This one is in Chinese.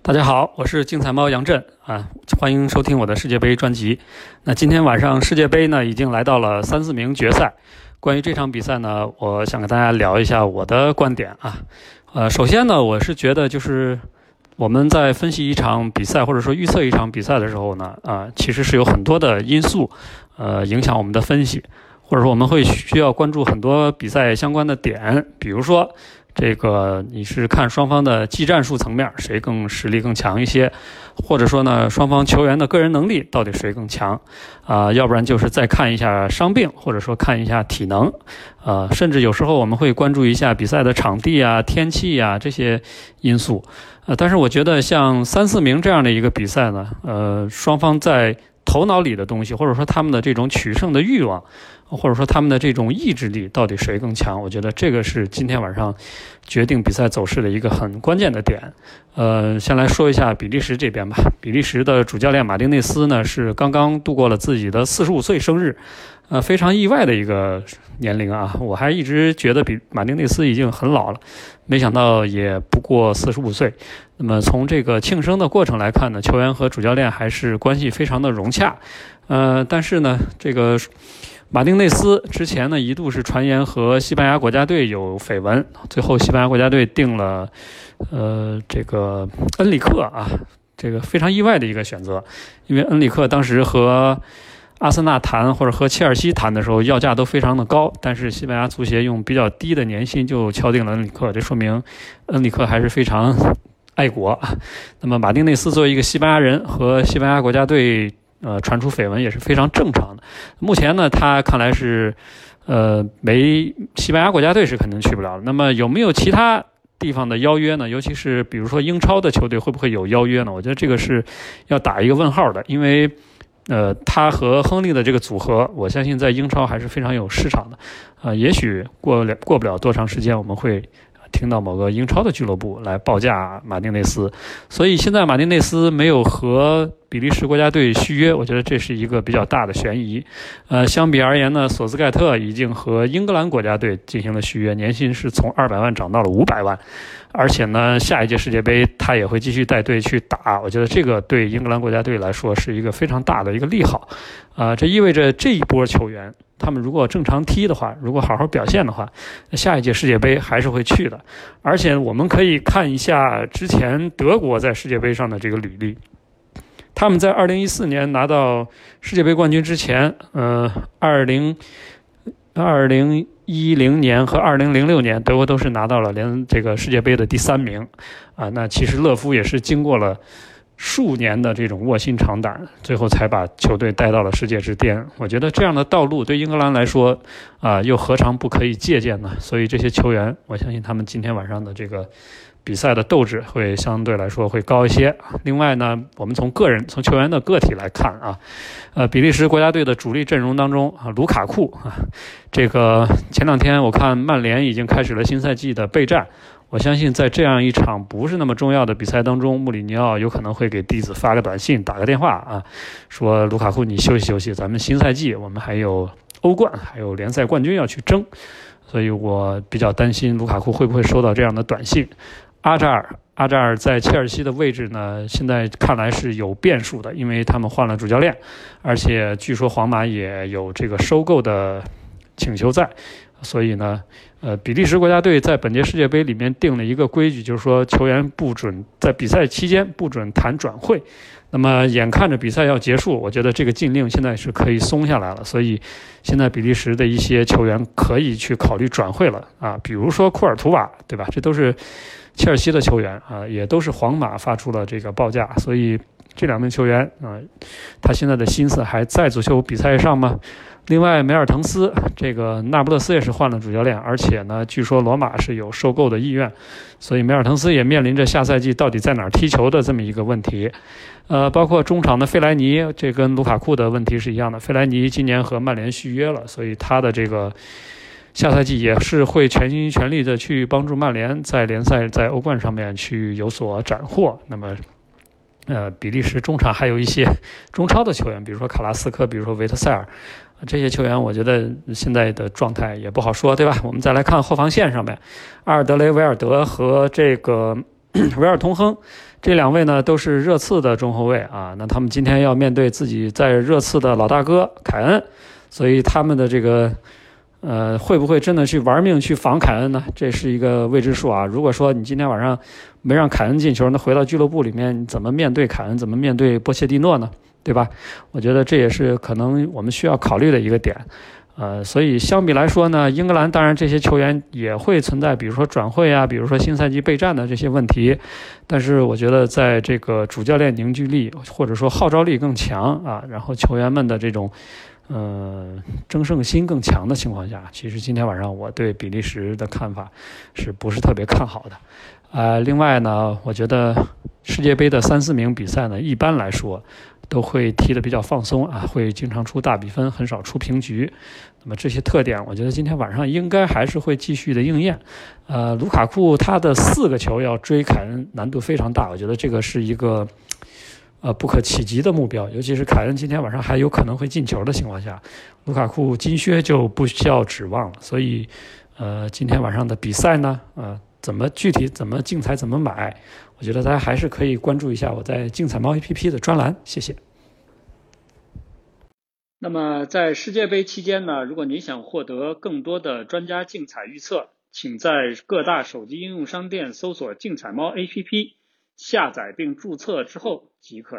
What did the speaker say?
大家好，我是竞彩猫杨震啊，欢迎收听我的世界杯专辑。那今天晚上世界杯呢已经来到了3、4名决赛。关于这场比赛呢，我想跟大家聊一下我的观点啊。首先呢，我是觉得就是我们在分析一场比赛或者说预测一场比赛的时候呢，其实是有很多的因素影响我们的分析，或者说我们会需要关注很多比赛相关的点，比如说这个你是看双方的技战术层面谁实力更强一些，或者说呢双方球员的个人能力到底谁更强要不然就是再看一下伤病，或者说看一下体能甚至有时候我们会关注一下比赛的场地啊、天气啊这些因素但是我觉得像3、4名这样的一个比赛呢双方在头脑里的东西，或者说他们的这种取胜的欲望，或者说他们的这种意志力到底谁更强，我觉得这个是今天晚上决定比赛走势的一个很关键的点。先来说一下比利时这边吧。比利时的主教练马丁内斯呢是刚刚度过了自己的45岁生日，非常意外的一个年龄啊！我还一直觉得马丁内斯已经很老了，没想到也不过45岁。那么从这个庆生的过程来看呢，球员和主教练还是关系非常的融洽。但是呢，这个马丁内斯之前呢一度是传言和西班牙国家队有绯闻，最后西班牙国家队定了这个恩里克啊，这个非常意外的一个选择，因为恩里克当时和阿森纳谈或者和切尔西谈的时候要价都非常的高，但是西班牙足协用比较低的年薪就敲定了恩里克，这说明恩里克还是非常爱国。那么马丁内斯作为一个西班牙人和西班牙国家队传出绯闻也是非常正常的。目前呢他看来是西班牙国家队是肯定去不了。那么有没有其他地方的邀约呢？尤其是比如说英超的球队会不会有邀约呢？我觉得这个是要打一个问号的，因为他和亨利的这个组合，我相信在英超还是非常有市场的。也许过不了多长时间，我们会听到某个英超的俱乐部来报价马丁内斯。所以现在马丁内斯没有和比利时国家队续约，我觉得这是一个比较大的悬疑。相比而言呢，索斯盖特已经和英格兰国家队进行了续约，年薪是从200万涨到了500万，而且呢，下一届世界杯他也会继续带队去打。我觉得这个对英格兰国家队来说是一个非常大的一个利好。这意味着这一波球员他们如果正常踢的话，如果好好表现的话，下一届世界杯还是会去的。而且我们可以看一下之前德国在世界杯上的这个履历。他们在2014年拿到世界杯冠军之前2010年和2006年德国都是拿到了连这个世界杯的第3名那其实勒夫也是经过了数年的这种卧薪尝胆，最后才把球队带到了世界之巅。我觉得这样的道路对英格兰来说又何尝不可以借鉴呢？所以这些球员，我相信他们今天晚上的这个比赛的斗志会相对来说会高一些。另外呢，我们从球员的个体来看比利时国家队的主力阵容当中卢卡库这个前2天我看曼联已经开始了新赛季的备战。我相信在这样一场不是那么重要的比赛当中，穆里尼奥有可能会给弟子发个短信、打个电话说卢卡库你休息休息，咱们新赛季我们还有欧冠还有联赛冠军要去争。所以我比较担心卢卡库会不会收到这样的短信。阿扎尔在切尔西的位置呢，现在看来是有变数的，因为他们换了主教练，而且据说皇马也有这个收购的请求在。所以呢比利时国家队在本届世界杯里面定了一个规矩，就是说球员不准在比赛期间不准谈转会。那么眼看着比赛要结束，我觉得这个禁令现在是可以松下来了，所以现在比利时的一些球员可以去考虑转会了比如说库尔图瓦，对吧？这都是切尔西的球员也都是皇马发出了这个报价，所以这2名球员他现在的心思还在足球比赛上吗？另外梅尔滕斯，这个那不勒斯也是换了主教练，而且呢据说罗马是有收购的意愿，所以梅尔滕斯也面临着下赛季到底在哪儿踢球的这么一个问题。包括中场的费莱尼，这跟卢卡库的问题是一样的，费莱尼今年和曼联续约了，所以他的这个下赛季也是会全心全力的去帮助曼联在联赛在欧冠上面去有所斩获。那么比利时中场还有一些中超的球员，比如说卡拉斯科，比如说维特塞尔，这些球员我觉得现在的状态也不好说，对吧？我们再来看后防线上面，阿尔德雷维尔德和这个维尔通亨，这两位呢都是热刺的中后卫啊。那他们今天要面对自己在热刺的老大哥凯恩，所以他们的这个会不会真的去玩命去防凯恩呢？这是一个未知数啊。如果说你今天晚上没让凯恩进球，那回到俱乐部里面，你怎么面对凯恩？怎么面对波切蒂诺呢？对吧？我觉得这也是可能我们需要考虑的一个点。所以相比来说呢，英格兰当然这些球员也会存在，比如说转会啊，比如说新赛季备战的这些问题。但是我觉得在这个主教练凝聚力或者说号召力更强啊，然后球员们的这种争胜心更强的情况下，其实今天晚上我对比利时的看法是不是特别看好的？另外呢，我觉得世界杯的3、4名比赛呢，一般来说都会踢得比较放松啊，会经常出大比分，很少出平局。那么这些特点，我觉得今天晚上应该还是会继续的应验。卢卡库他的4个球要追凯恩难度非常大，我觉得这个是一个不可企及的目标，尤其是凯恩今天晚上还有可能会进球的情况下，卢卡库金靴就不需要指望了。所以今天晚上的比赛呢，具体怎么竞彩怎么买，我觉得大家还是可以关注一下我在竞彩猫 APP 的专栏，谢谢。那么在世界杯期间呢，如果您想获得更多的专家竞彩预测，请在各大手机应用商店搜索竞彩猫 APP， 下载并注册之后即可。